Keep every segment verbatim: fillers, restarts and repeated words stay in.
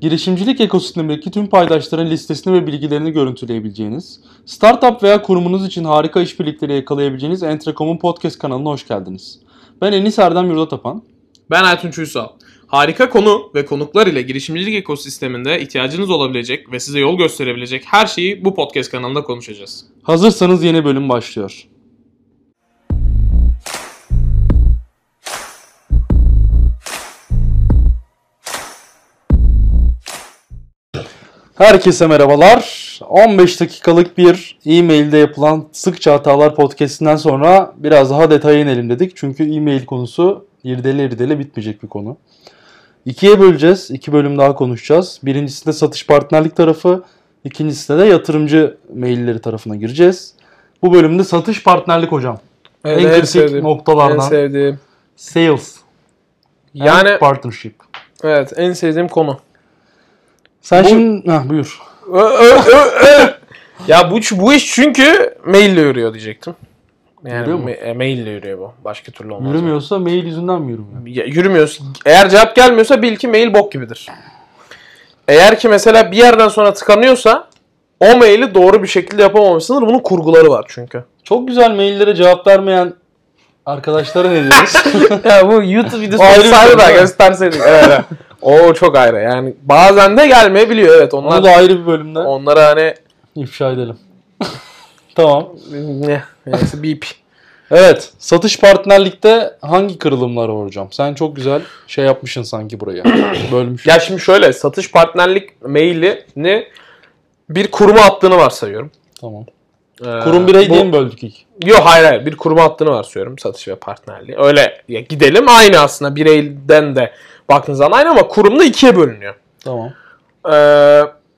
girişimcilik ekosistemindeki tüm paydaşların listesini ve bilgilerini görüntüleyebileceğiniz, startup veya kurumunuz için harika işbirlikleri yakalayabileceğiniz Entrecom'un podcast kanalına hoş geldiniz. Ben Enis Erdem Yurdatapan. Ben Aytunç Uysal. Harika konu ve konuklar ile girişimcilik ekosisteminde ihtiyacınız olabilecek ve size yol gösterebilecek her şeyi bu podcast kanalında konuşacağız. Hazırsanız yeni bölüm başlıyor. Herkese merhabalar. on beş dakikalık bir e-mailde yapılan Sıkça Hatalar podcast'inden sonra biraz daha detaya inelim dedik. Çünkü e-mail konusu irdele irdele bitmeyecek bir konu. İkiye böleceğiz. İki bölüm daha konuşacağız. Birincisinde satış partnerlik tarafı, ikincisinde de yatırımcı mailleri tarafına gireceğiz. Bu bölümde satış partnerlik hocam. Evet, en en kritik sevdiğim, noktalardan. En sevdiğim. Sales. Yani partnership. Evet, en sevdiğim konu. Sen bu... şimdi heh, buyur. Ö, ö, ö, ö. Ya bu bu iş çünkü maille yürüyor diyecektim. Yani ma- maille yürüyor bu. Başka türlü olmaz. Yürümüyorsa yani. Mail yüzünden mi yürümüyor? Ya, yürümüyorsa, eğer cevap gelmiyorsa bil ki mail bok gibidir. Eğer ki mesela bir yerden sonra tıkanıyorsa o maili doğru bir şekilde yapamamışsındır. Bunun kurguları var çünkü. Çok güzel maillere cevap vermeyen arkadaşlara ne diyoruz? Ya bu YouTube videosu ayrı da gösterseydik. Evet. O çok ayrı. Yani bazen de gelmeyebiliyor. Evet, onlar. Onu da ayrı bir bölümde. Onları hani ifşa edelim. Tamam. Ne? Neyse bip. Evet. Satış partnerlikte hangi kırılımlar var hocam? Sen çok güzel şey yapmışsın sanki buraya. Bölmüşsün. Ya şimdi şöyle, satış partnerlik mailini bir kuruma attığını varsayıyorum. Tamam. Ee, Kurum birey diye mi böldük ilk? Yok hayır hayır. Bir kuruma attığını varsayıyorum, satış ve partnerliği. Öyle ya, gidelim aynı aslında. Bireyden de baktığınız zaman aynı ama kurumda ikiye bölünüyor. Tamam. Ee,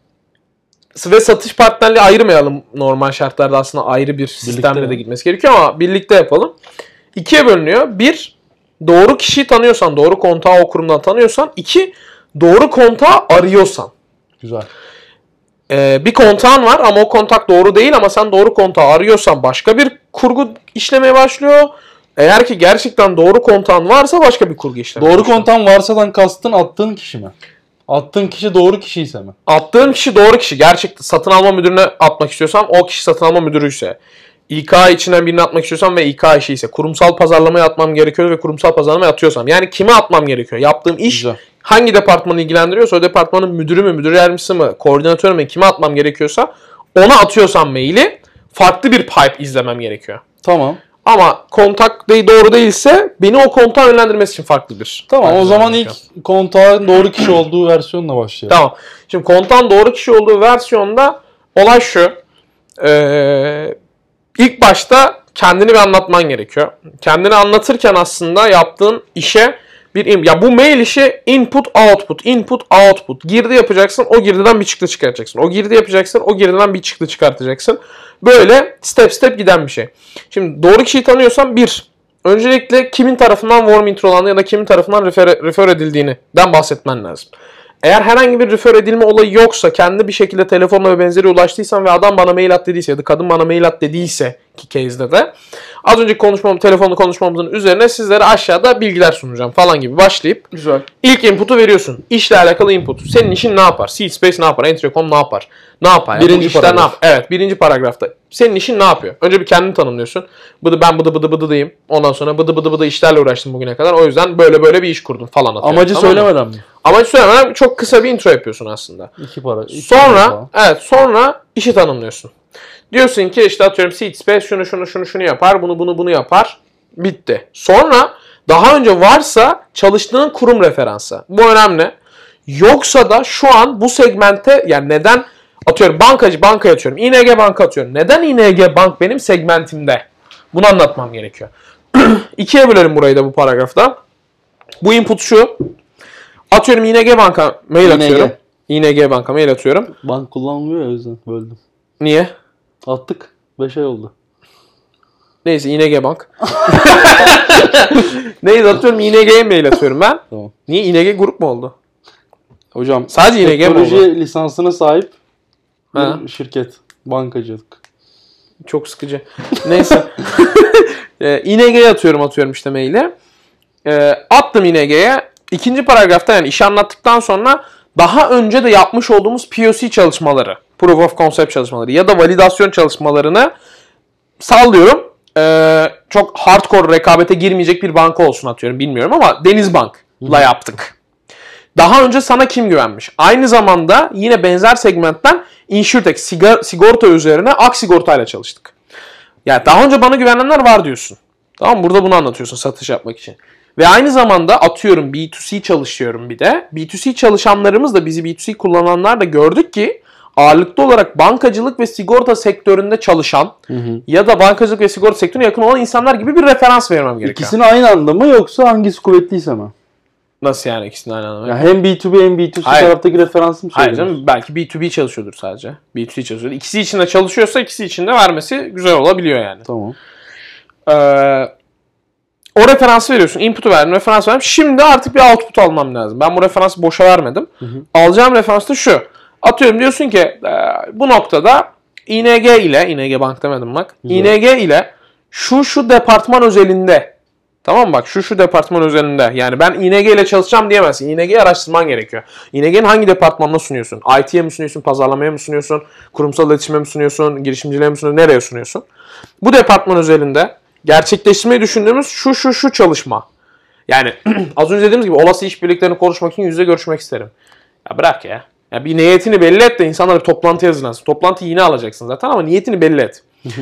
ve satış partnerliği ayırmayalım, normal şartlarda aslında ayrı bir sistemle birlikte de gitmesi gerekiyor ama birlikte yapalım. İkiye bölünüyor. Bir, doğru kişiyi tanıyorsan, doğru kontağı o kurumdan tanıyorsan. İki, doğru kontağı arıyorsan. Güzel. Ee, bir kontağın var ama o kontak doğru değil ama sen doğru kontağı arıyorsan başka bir kurgu işlemeye başlıyor. Eğer ki gerçekten doğru kontağın varsa başka bir kurgu işlemeye Doğru başlıyor. kontağın varsadan kastın attığın kişi mi? Attığın kişi doğru kişiyse mi? Attığın kişi doğru kişi. Gerçekten satın alma müdürüne atmak istiyorsam o kişi satın alma müdürüyse. İK içinden birini atmak istiyorsam ve İK işi ise. Kurumsal pazarlamaya atmam gerekiyor ve kurumsal pazarlamaya atıyorsam. Yani kime atmam gerekiyor? Yaptığım iş Güzel. hangi departmanı ilgilendiriyorsa o departmanın müdürü mü, müdür yardımcısı mı, koordinatörü mü, kime atmam gerekiyorsa ona atıyorsam maili farklı bir pipe izlemem gerekiyor. Tamam. Ama kontak doğru değilse beni o kontağa yönlendirmesi için farklı bir. Tamam, o zaman ilk kontağın doğru kişi olduğu versiyonla başlayalım. Tamam. Şimdi kontağın doğru kişi olduğu versiyonda olay şu. Ee, ilk başta kendini bir anlatman gerekiyor. Kendini anlatırken aslında yaptığın işe bir... Ya bu mail işi input output, input output. Girdi yapacaksın, o girdiden bir çıktı çıkartacaksın. O girdi yapacaksın, o girdiden bir çıktı çıkartacaksın. Böyle step step giden bir şey. Şimdi doğru kişiyi tanıyorsan bir, öncelikle kimin tarafından warm introlandığı ya da kimin tarafından refer, refer edildiğinden bahsetmen lazım. Eğer herhangi bir refer edilme olayı yoksa, kendi bir şekilde telefonla ve benzeri ulaştıysan ve adam bana mail at dediyse ya da kadın bana mail at dediyse ki case'de de az önceki konuşmam, telefonla konuşmamızın üzerine sizlere aşağıda bilgiler sunacağım falan gibi başlayıp Güzel. İlk input'u veriyorsun. İşle alakalı input. Senin işin ne yapar? Seedspace ne yapar? Entrecom ne yapar? Ne yapar? Yani birinci paragraf. Ne yapar? Evet, birinci paragrafta. Senin işin ne yapıyor? Önce bir kendini tanımlıyorsun. Bıdı ben bıdı bıdı bıdı diyeyim. Ondan sonra bıdı bıdı bıdı işlerle uğraştım bugüne kadar. O yüzden böyle böyle bir iş kurdum falan atıyorum. Amacı tamam söylemeden mı? mi? Amacı söylemeden çok kısa bir intro yapıyorsun aslında. İki para. Iki sonra para evet sonra işi tanımlıyorsun. Diyorsun ki işte atıyorum Seedspace şunu şunu şunu şunu yapar. Bunu bunu bunu yapar. Bitti. Sonra daha önce varsa çalıştığın kurum referansı. Bu önemli. Yoksa da şu an bu segmente yani neden atıyorum bankacı bankaya atıyorum. İ N G Bank atıyorum. Neden İ N G Bank benim segmentimde? Bunu anlatmam gerekiyor. İkiye bölelim burayı da bu paragrafta. Bu input şu. Atıyorum İ N G Bank'a mail İ N G. atıyorum. İ N G Bank'a mail atıyorum. Bank kullanılmıyor ya, o yüzden böldüm. Niye? Attık. beş ay oldu. Neyse İ N G Bank. Neyse atıyorum İ N G'ye mail atıyorum ben. Tamam. Niye İ N G grup mu oldu? Hocam sadece İ N G mi oldu? Teknoloji lisansına sahip bir ha. şirket. Bankacılık. Çok sıkıcı. Neyse. e, İ N G'ye atıyorum atıyorum işte maili. E, attım İ N G'ye. İkinci paragrafta yani işi anlattıktan sonra daha önce de yapmış olduğumuz P O C çalışmaları, Proof of Concept çalışmaları ya da validasyon çalışmalarını sallıyorum. Ee, çok hardcore rekabete girmeyecek bir banka olsun atıyorum bilmiyorum ama Denizbank'la yaptık. Daha önce sana kim güvenmiş? Aynı zamanda yine benzer segmentten InsurTech, sigorta üzerine Aksigorta ile çalıştık. Yani daha önce bana güvenenler var diyorsun. Tamam mı? Burada bunu anlatıyorsun satış yapmak için. Ve aynı zamanda atıyorum B iki C çalışıyorum bir de. B iki C çalışanlarımız da bizi B iki C kullananlar da gördük ki ağırlıklı olarak bankacılık ve sigorta sektöründe çalışan hı hı. ya da bankacılık ve sigorta sektörüne yakın olan insanlar gibi bir referans vermem gerekiyor. İkisini aynı anda mı yoksa hangisi kuvvetliyse mi? Nasıl yani ikisini aynı anda mı? Ya hem B iki B hem B iki C Hayır. taraftaki referansı mı söylüyorsun? Hayır canım belki B iki B çalışıyordur sadece. B iki C çalışıyordur. İkisi içinde çalışıyorsa ikisi içinde vermesi güzel olabiliyor yani. Tamam. Ee, o referansı veriyorsun. Input'u verdim, referans verdim. Şimdi artık bir output almam lazım. Ben bu referansı boşa vermedim. Hı hı. Alacağım referans da şu. Atıyorum diyorsun ki e, bu noktada I N G ile, I N G Bank demedim bak. Güzel. I N G ile şu şu departman özelinde, tamam mı bak şu şu departman özelinde. Yani ben I N G ile çalışacağım diyemezsin. I N G'yi araştırman gerekiyor. I N G'nin hangi departmanına sunuyorsun? I T'ye mi sunuyorsun? Pazarlamaya mı sunuyorsun? Kurumsal iletişime mi sunuyorsun? Girişimciliğe mi sunuyorsun? Nereye sunuyorsun? Bu departman özelinde gerçekleştirmeyi düşündüğümüz şu şu şu çalışma. Yani az önce dediğimiz gibi olası işbirliklerini konuşmak için yüzde görüşmek isterim. Ya bırak ya. Ya bir niyetini belli et de insanlar bir toplantıya hazırlansın. Toplantıyı yine alacaksın zaten ama niyetini belli et.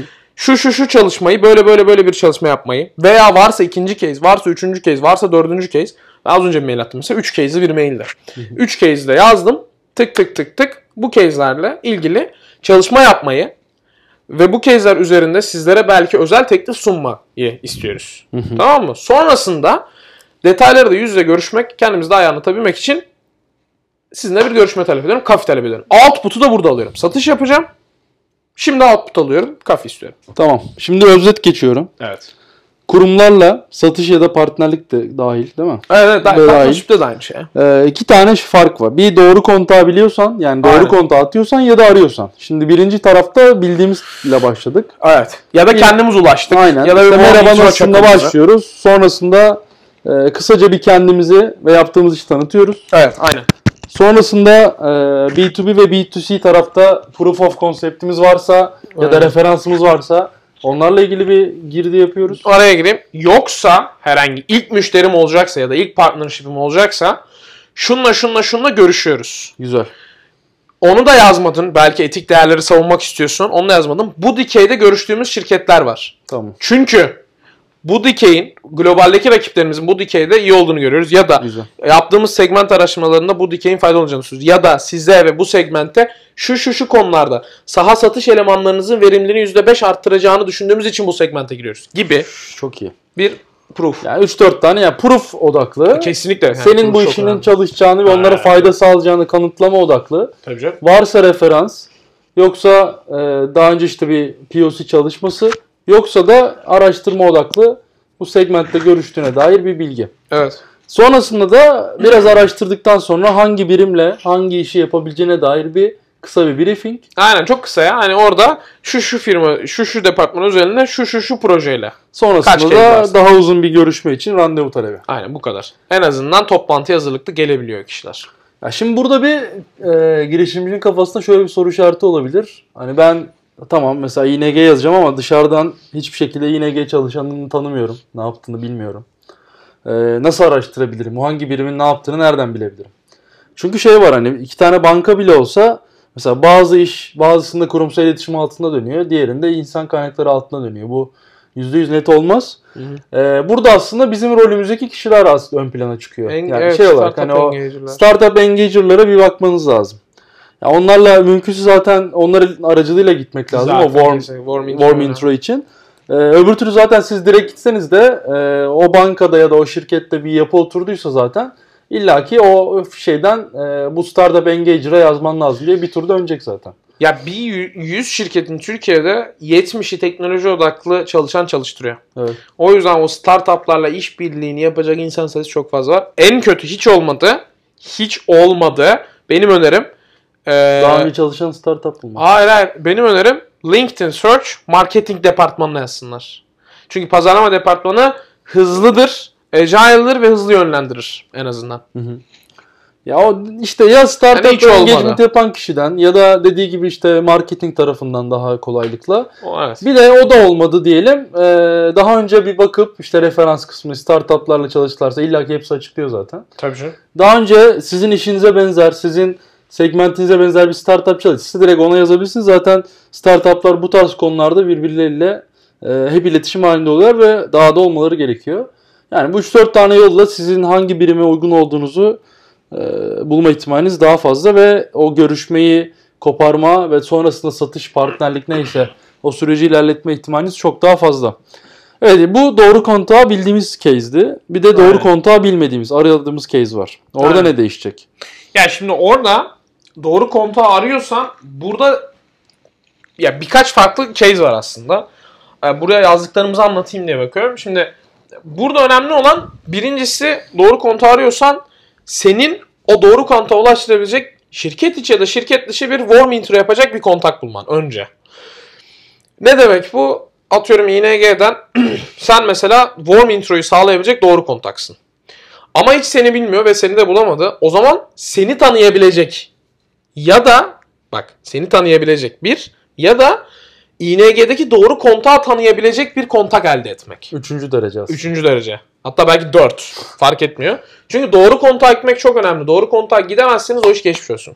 şu şu şu çalışmayı böyle böyle böyle bir çalışma yapmayı veya varsa ikinci case, varsa üçüncü case, varsa dördüncü case. Ben az önce bir mail attım mesela. Üç case'li bir mailde. Üç case'de yazdım. Tık tık tık tık. Bu case'lerle ilgili çalışma yapmayı ve bu case'ler üzerinde sizlere belki özel teklif sunmayı istiyoruz. Tamam mı? Sonrasında detayları da yüz yüze görüşmek, kendimizi daha iyi anlatabilmek için sizinle bir görüşme talep ediyorum. Kafi talep ediyorum. Output'u da burada alıyorum. Satış yapacağım. Şimdi output alıyorum. Kafi istiyorum. Tamam. Şimdi özet geçiyorum. Evet. Kurumlarla satış ya da partnerlik de dahil değil mi? Evet. Da- partnership de aynı şey. Ee, iki tane fark var. Bir doğru kontağı biliyorsan yani doğru Aynen. kontağı atıyorsan ya da arıyorsan. Şimdi birinci tarafta bildiğimizle başladık. Evet. Ya da kendimiz ulaştık. Aynen. Ya da işte merhaba nasılsında başlıyoruz. Sonrasında e, kısaca bir kendimizi ve yaptığımız işi tanıtıyoruz. Evet. Aynen. Sonrasında e, B iki B ve B iki C tarafta proof of concept'imiz varsa ya da referansımız varsa onlarla ilgili bir girdi yapıyoruz. Araya gireyim. Yoksa herhangi ilk müşterim olacaksa ya da ilk partnership'im olacaksa şunla şunla şunla görüşüyoruz. Güzel. Onu da yazmadın. Belki etik değerleri savunmak istiyorsun. Onu da yazmadın. Bu dikeyde görüştüğümüz şirketler var. Tamam. Çünkü bu dikeyin, globaldeki rakiplerimizin bu dikeyde iyi olduğunu görüyoruz. Ya da Güzel. yaptığımız segment araştırmalarında bu dikeyin faydalı olacağını düşünüyoruz. Ya da size ve bu segmentte şu şu şu konularda saha satış elemanlarınızın verimliliğini yüzde beş arttıracağını düşündüğümüz için bu segmente giriyoruz gibi. Çok iyi. Bir proof. Yani üç dört tane ya proof odaklı. Kesinlikle. Yani senin bu işinin önemli. çalışacağını ve onlara evet. fayda sağlayacağını kanıtlama odaklı. Tabii canım. Varsa referans, yoksa e, daha önce işte bir P O C çalışması, yoksa da araştırma odaklı bu segmentte görüştüğüne dair bir bilgi. Evet. Sonrasında da biraz araştırdıktan sonra hangi birimle hangi işi yapabileceğine dair bir kısa bir briefing. Aynen, çok kısa ya. Hani orada şu şu firma, şu şu departman üzerinde şu şu şu projeyle. Sonrasında da daha uzun bir görüşme için randevu talebi. Aynen, bu kadar. En azından toplantıya hazırlıklı gelebiliyor kişiler. Ya şimdi burada bir e, girişimcinin kafasında şöyle bir soru işareti olabilir. Hani ben tamam mesela I N G yazacağım ama dışarıdan hiçbir şekilde I N G çalışanını tanımıyorum. Ne yaptığını bilmiyorum. Ee, nasıl araştırabilirim? O hangi birimin ne yaptığını nereden bilebilirim? Çünkü şey var, hani iki tane banka bile olsa mesela bazı iş bazısında kurumsal iletişim altında dönüyor. Diğerinde insan kaynakları altında dönüyor. Bu yüzde yüz net olmaz. Hı hı. Ee, burada aslında bizim rolümüzdeki kişiler aslında ön plana çıkıyor. En, yani evet, şey olarak hani o startup engager'lara bir bakmanız lazım. Yani onlarla mümkünse zaten onların aracılığıyla gitmek lazım zaten o warm, warm, intro, warm intro için. Ee, öbür türlü zaten siz direkt gitseniz de e, o bankada ya da o şirkette bir yapı oturduysa zaten illaki o şeyden e, bu startup engager'a yazman lazım diye bir tur dönecek zaten. Ya bir yüz şirketin Türkiye'de yetmişi teknoloji odaklı çalışan çalıştırıyor. Evet. O yüzden o startuplarla işbirliğini yapacak insan sayısı çok fazla var. En kötü hiç olmadı. Hiç olmadı. Benim önerim Ee, Daha önce çalışan startup bulmak. Hayır hayır. Benim önerim LinkedIn Search Marketing departmanına yazsınlar. Çünkü pazarlama departmanı hızlıdır, agile'dır ve hızlı yönlendirir en azından. Hı hı. Ya o işte ya startup yani engagement yapan kişiden ya da dediği gibi işte marketing tarafından daha kolaylıkla. O, evet. Bir de o da olmadı diyelim. Ee, daha önce bir bakıp işte referans kısmı startuplarla çalıştılarsa illaki hepsi açıklıyor zaten. Tabii canım. Daha önce sizin işinize benzer, sizin segmentinize benzer bir startup çalışırsa direkt ona yazabilirsiniz. Zaten startuplar bu tarz konularda birbirleriyle e, hep iletişim halinde oluyor ve daha da olmaları gerekiyor. Yani bu üç dört tane yolla sizin hangi birime uygun olduğunuzu e, bulma ihtimaliniz daha fazla ve o görüşmeyi koparma ve sonrasında satış, partnerlik neyse o süreci ilerletme ihtimaliniz çok daha fazla. Evet, bu doğru kontağı bildiğimiz case'di. Bir de doğru Aynen. kontağı bilmediğimiz, aradığımız case var. Orada Aynen. ne değişecek? Ya şimdi orada doğru kontağı arıyorsan burada ya birkaç farklı case var aslında. Buraya yazdıklarımızı anlatayım diye bakıyorum. Şimdi burada önemli olan birincisi doğru kontağı arıyorsan senin o doğru kontağa ulaştırabilecek şirket içi ya da şirket dışı bir warm intro yapacak bir kontak bulman önce. Ne demek bu? Atıyorum I N G'den sen mesela warm introyu sağlayabilecek doğru kontaksın. Ama hiç seni bilmiyor ve seni de bulamadı. O zaman seni tanıyabilecek ya da bak seni tanıyabilecek bir ya da I N G'deki doğru kontağı tanıyabilecek bir kontak elde etmek. Üçüncü derece aslında. Üçüncü derece. Hatta belki dört. Fark etmiyor. Çünkü doğru kontağa gitmek çok önemli. Doğru kontağa gidemezseniz o iş geçmiş olsun.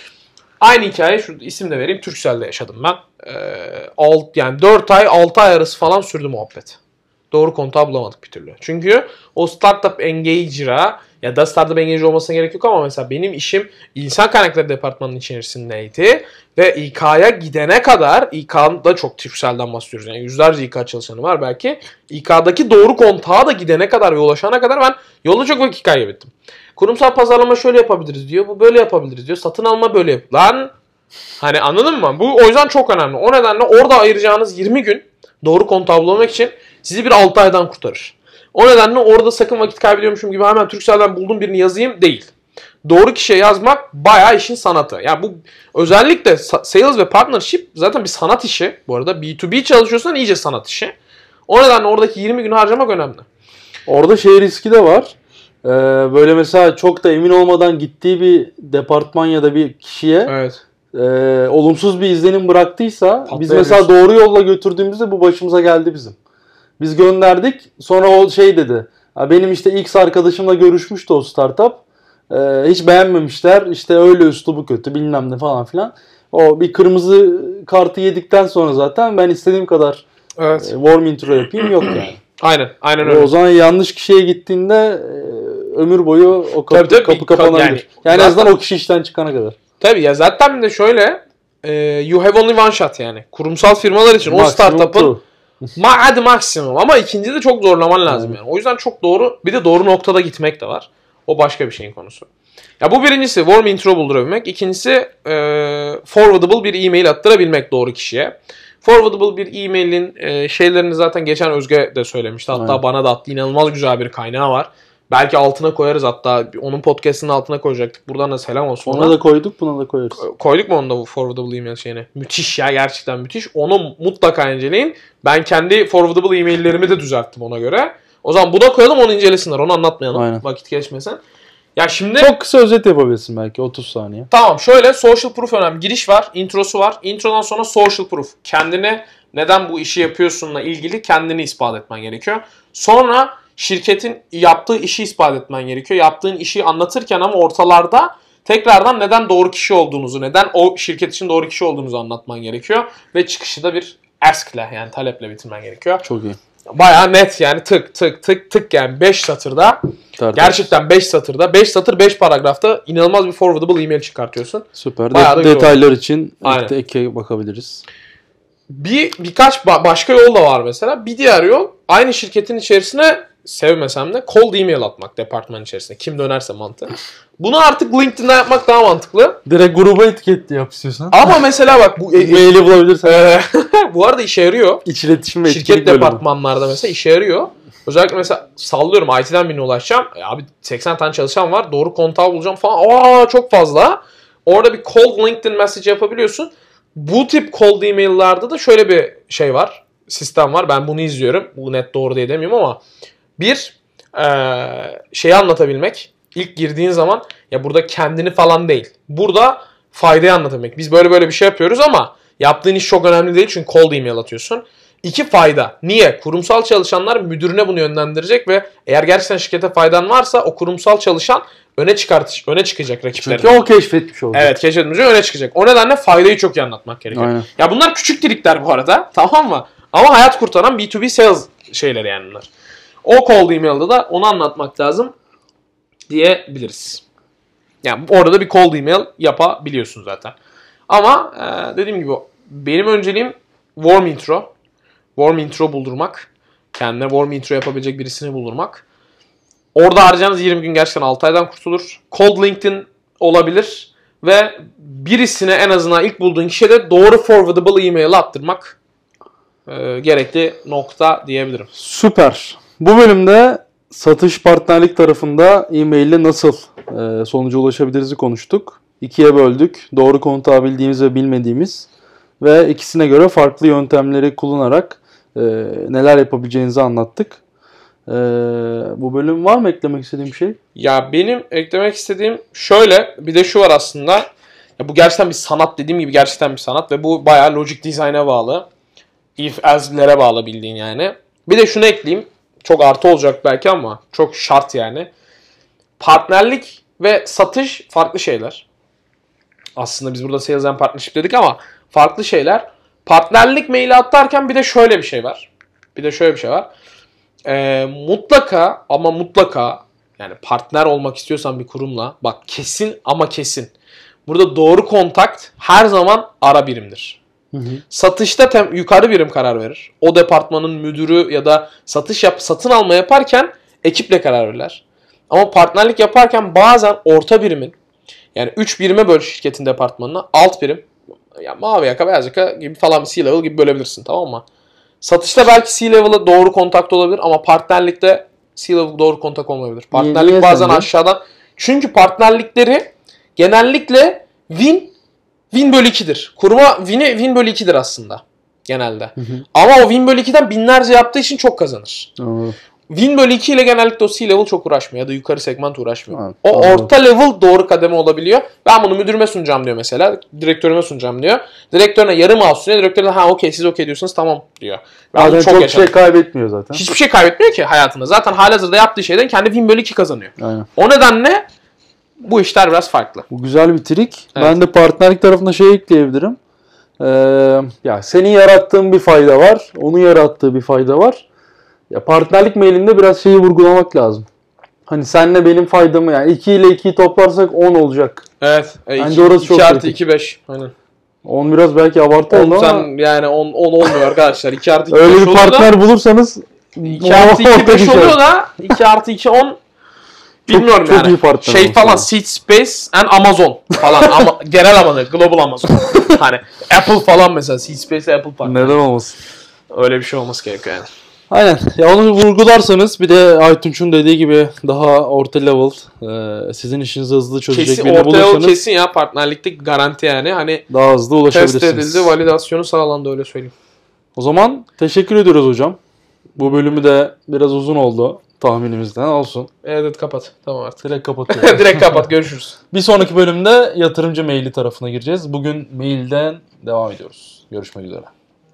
Aynı hikaye, şu isim de vereyim. Turkcell'de yaşadım ben. Ee, alt, yani dört ay altı ay arası falan sürdü muhabbet. Doğru kontağı bulamadık bir türlü. Çünkü o startup engager'a ya da startup engager olmasına gerek yok ama mesela benim işim insan kaynakları departmanının içerisindeydi. Ve İK'ya gidene kadar, İK'da çok Turkcell'den bahsediyoruz. Yani yüzlerce İK çalışanı var belki. İK'daki doğru kontağa da gidene kadar ve ulaşana kadar ben yolda çok vakit kaybettim. Kurumsal pazarlama şöyle yapabiliriz diyor. Bu böyle yapabiliriz diyor. Satın alma böyle yap. Lan hani anladın mı? Bu o yüzden çok önemli. O nedenle orada ayıracağınız yirmi gün doğru kontağı bulmak için sizi bir altı aydan kurtarır. O nedenle orada sakın vakit kaybediyormuşum gibi hemen Turkcell'den buldum birini yazayım değil. Doğru kişiye yazmak bayağı işin sanatı. Yani bu özellikle sales ve partnership zaten bir sanat işi. Bu arada B iki B çalışıyorsan iyice sanat işi. O nedenle oradaki yirmi gün harcamak önemli. Orada şey riski de var. Ee, böyle mesela çok da emin olmadan gittiği bir departman ya da bir kişiye evet. e, olumsuz bir izlenim bıraktıysa biz mesela doğru yolla götürdüğümüzde bu başımıza geldi bizim. Biz gönderdik, sonra o şey dedi. Benim işte X arkadaşımla görüşmüştü o startup. Ee, hiç beğenmemişler. İşte öyle üslubu kötü bilmem ne falan filan. O bir kırmızı kartı yedikten sonra zaten ben istediğim kadar evet. e, warm intro yapayım yok yani. Aynen, aynen öyle. O zaman yanlış kişiye gittiğinde e, ömür boyu o kapı, tabii, tabii, kapı kapanabilir. Yani, yani en azından o kişi işten çıkana kadar. Tabii ya zaten de şöyle e, you have only one shot yani. Kurumsal firmalar için maximum o startup'ın ma hadi maksimum ama ikinci de çok zorlaman lazım yani. O yüzden çok doğru, bir de doğru noktada gitmek de var. O başka bir şeyin konusu. Ya bu birincisi warm intro buldurabilmek. İkincisi e, forwardable bir e-mail attırabilmek doğru kişiye. Forwardable bir e-mailin e, şeylerini zaten geçen Özge de söylemişti. Hatta Aynen. bana da attı. İnanılmaz güzel bir kaynağı var. Belki altına koyarız, hatta onun podcast'ının altına koyacaktık. Buradan da selam olsun. Ona, ona da koyduk, buna da koyarız. Koyduk mu onu da bu forwardable e-mail şeyine? Müthiş ya, gerçekten müthiş. Onu mutlaka inceleyin. Ben kendi forwardable e-maillerimi de düzelttim ona göre. O zaman buna koyalım, onu incelesinler. Onu anlatmayalım. Aynen. Vakit geçmesin. Ya şimdi çok kısa özet yapabilirsin belki otuz saniye. Tamam, şöyle social proof önemli. Giriş var, introsu var. Introdan sonra social proof. Kendini neden bu işi yapıyorsunla ilgili kendini ispat etmen gerekiyor. Sonra şirketin yaptığı işi ispat etmen gerekiyor. Yaptığın işi anlatırken ama ortalarda tekrardan neden doğru kişi olduğunuzu, neden o şirket için doğru kişi olduğunuzu anlatman gerekiyor. Ve çıkışı da bir ask'le, yani taleple bitirmen gerekiyor. Çok iyi. Bayağı net yani, tık tık tık tık yani beş satırda. Tartış. Gerçekten beş satırda, beş satır beş paragrafta inanılmaz bir forwardable e-mail çıkartıyorsun. Süper. De- detaylar için ekte eke bakabiliriz. Bir birkaç ba- başka yol da var mesela. Bir diğer yol, aynı şirketin içerisine sevmesem de cold email atmak departman içerisinde. Kim dönerse mantığı. Bunu artık LinkedIn'de yapmak daha mantıklı. Direkt gruba etiketli yap istiyorsan. Ama mesela bak bu e- maili bulabilirsen. Bu arada işe yarıyor. İç iletişim ve şirket departmanlarda bölümü. Mesela işe yarıyor. Özellikle mesela sallıyorum I T'den birine ulaşacağım. E abi seksen tane çalışan var. Doğru kontağı bulacağım falan. Aa çok fazla. Orada bir cold LinkedIn message yapabiliyorsun. Bu tip cold email'larda da şöyle bir şey var. Sistem var. Ben bunu izliyorum. Bu net doğru diye demiyorum ama bir ee, şeyi anlatabilmek. İlk girdiğin zaman ya burada kendini falan değil. Burada faydayı anlatmak. Biz böyle böyle bir şey yapıyoruz ama yaptığın iş çok önemli değil çünkü cold email atıyorsun. İki fayda. Niye? Kurumsal çalışanlar müdürüne bunu yönlendirecek ve eğer gerçekten şirkete faydan varsa o kurumsal çalışan öne çıkart öne çıkacak rakiplerine. Çünkü o keşfetmiş olacak. Evet, keşfetmiş öne çıkacak. O nedenle faydayı çok iyi anlatmak gerekiyor. Aynen. Ya bunlar küçük trikler bu arada. Tamam mı? Ama hayat kurtaran B iki B sales şeyleri yani bunlar. O cold email'da da onu anlatmak lazım diyebiliriz. Yani orada bir cold email yapabiliyorsun zaten. Ama e, dediğim gibi benim önceliğim warm intro. Warm intro buldurmak. Kendine warm intro yapabilecek birisini buldurmak. Orada harcayacağınız yirmi gün gerçekten altı aydan kurtulur. Cold LinkedIn olabilir. Ve birisine en azından ilk bulduğun kişiye de doğru forwardable e-mail attırmak e, gerekli nokta diyebilirim. Süper. Bu bölümde satış partnerlik tarafında e-mail ile nasıl e, sonuca ulaşabiliriz'i konuştuk. İkiye böldük. Doğru kontağı bildiğimiz ve bilmediğimiz ve ikisine göre farklı yöntemleri kullanarak e, neler yapabileceğinizi anlattık. E, bu bölüm var mı eklemek istediğim bir şey? Ya benim eklemek istediğim şöyle, bir de şu var aslında. Ya bu gerçekten bir sanat, dediğim gibi gerçekten bir sanat ve bu bayağı logic design'a bağlı. If else'lere bağlı bildiğin yani. Bir de şunu ekleyeyim. Çok artı olacak belki ama çok şart yani. Partnerlik ve satış farklı şeyler. Aslında biz burada sales and partnership dedik ama farklı şeyler. Partnerlik maili atarken bir de şöyle bir şey var. Bir de şöyle bir şey var. Ee, mutlaka ama mutlaka yani partner olmak istiyorsan bir kurumla bak kesin ama kesin. Burada doğru kontakt her zaman ara birimdir. Hı hı. Satışta tem, yukarı birim karar verir. O departmanın müdürü ya da satış yap, satın alma yaparken ekiple karar verirler. Ama partnerlik yaparken bazen orta birimin yani üç birime böl şirketin departmanını alt birim ya mavi yaka beyaz yaka gibi falan bir C-level gibi bölebilirsin, tamam mı? Satışta belki C-level'a doğru kontakt olabilir ama partnerlikte C-level doğru kontak olmayabilir. Partnerlik niye, bazen sence? Aşağıdan. Çünkü partnerlikleri genellikle win win bölü ikidir. Kuruma win'i win bölü ikidir aslında genelde. Hı hı. Ama o win bölü ikiden binlerce yaptığı için çok kazanır. Hı. Win bölü iki ile genellikle o C-level çok uğraşmıyor ya da yukarı segment uğraşmıyor. Evet, o tamam. Orta level doğru kademe olabiliyor. Ben bunu müdürüme sunacağım diyor mesela. Direktörüme sunacağım diyor. Direktörüne yarım al sunuyor. Direktörüne ha okey siz okey diyorsunuz tamam diyor. Ben çok, çok şey kaybetmiyor zaten. Hiçbir şey kaybetmiyor ki hayatında. Zaten halihazırda yaptığı şeyden kendi win bölü iki kazanıyor. Aynen. O nedenle bu işler biraz farklı. Bu güzel bir trik. Evet. Ben de partnerlik tarafında şey ekleyebilirim. Ee, ya senin yarattığın bir fayda var. Onun yarattığı bir fayda var. Ya partnerlik mailinde biraz şeyi vurgulamak lazım. Hani senle benim faydamı yani iki ile ikiyi toplarsak on olacak. Evet. E, Bence orası iki çok artı iki beş. Aynen. on biraz belki abartı oldu ama. Yani on olmuyor arkadaşlar. iki artı iki öyle bir partner da, bulursanız iki artı iki beş oluyor da iki artı iki on bilmiyorum çok, yani. Çok iyi şey falan Seed Space and Amazon falan. Ama genel Amazon, global Amazon. Hani Apple falan mesela Seed Space Apple partner. Neden olmasın? Öyle bir şey olması gerekiyor yani. Aynen. Ya onu vurgularsanız bir de Aytunç'un dediği gibi daha orta level e, sizin işinizi hızlı çözecek kesin, birini bulursanız. Orta level kesin ya partnerlikte garanti yani. Hani daha hızlı ulaşabilirsiniz. Test edildi, validasyonu sağlandı öyle söyleyeyim. O zaman teşekkür ediyoruz hocam. Bu bölümü de biraz uzun oldu tahminimizden olsun. Evet, evet kapat. Tamam artık. Direkt kapatıyorum. Direkt kapat, görüşürüz. Bir sonraki bölümde yatırımcı maili tarafına gireceğiz. Bugün mailden devam ediyoruz. Görüşmek üzere.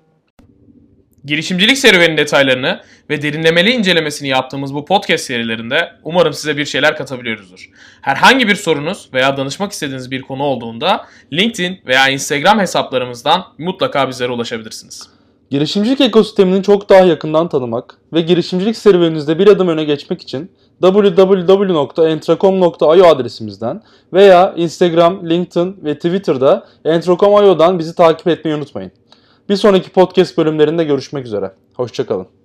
Girişimcilik serüvenin detaylarını ve derinlemeli incelemesini yaptığımız bu podcast serilerinde umarım size bir şeyler katabiliyoruzdur. Herhangi bir sorunuz veya danışmak istediğiniz bir konu olduğunda LinkedIn veya Instagram hesaplarımızdan mutlaka bizlere ulaşabilirsiniz. Girişimcilik ekosistemini çok daha yakından tanımak ve girişimcilik serüveninizde bir adım öne geçmek için double-u double-u double-u nokta entracom nokta io adresimizden veya Instagram, LinkedIn ve Twitter'da entracom nokta io'dan bizi takip etmeyi unutmayın. Bir sonraki podcast bölümlerinde görüşmek üzere. Hoşça kalın.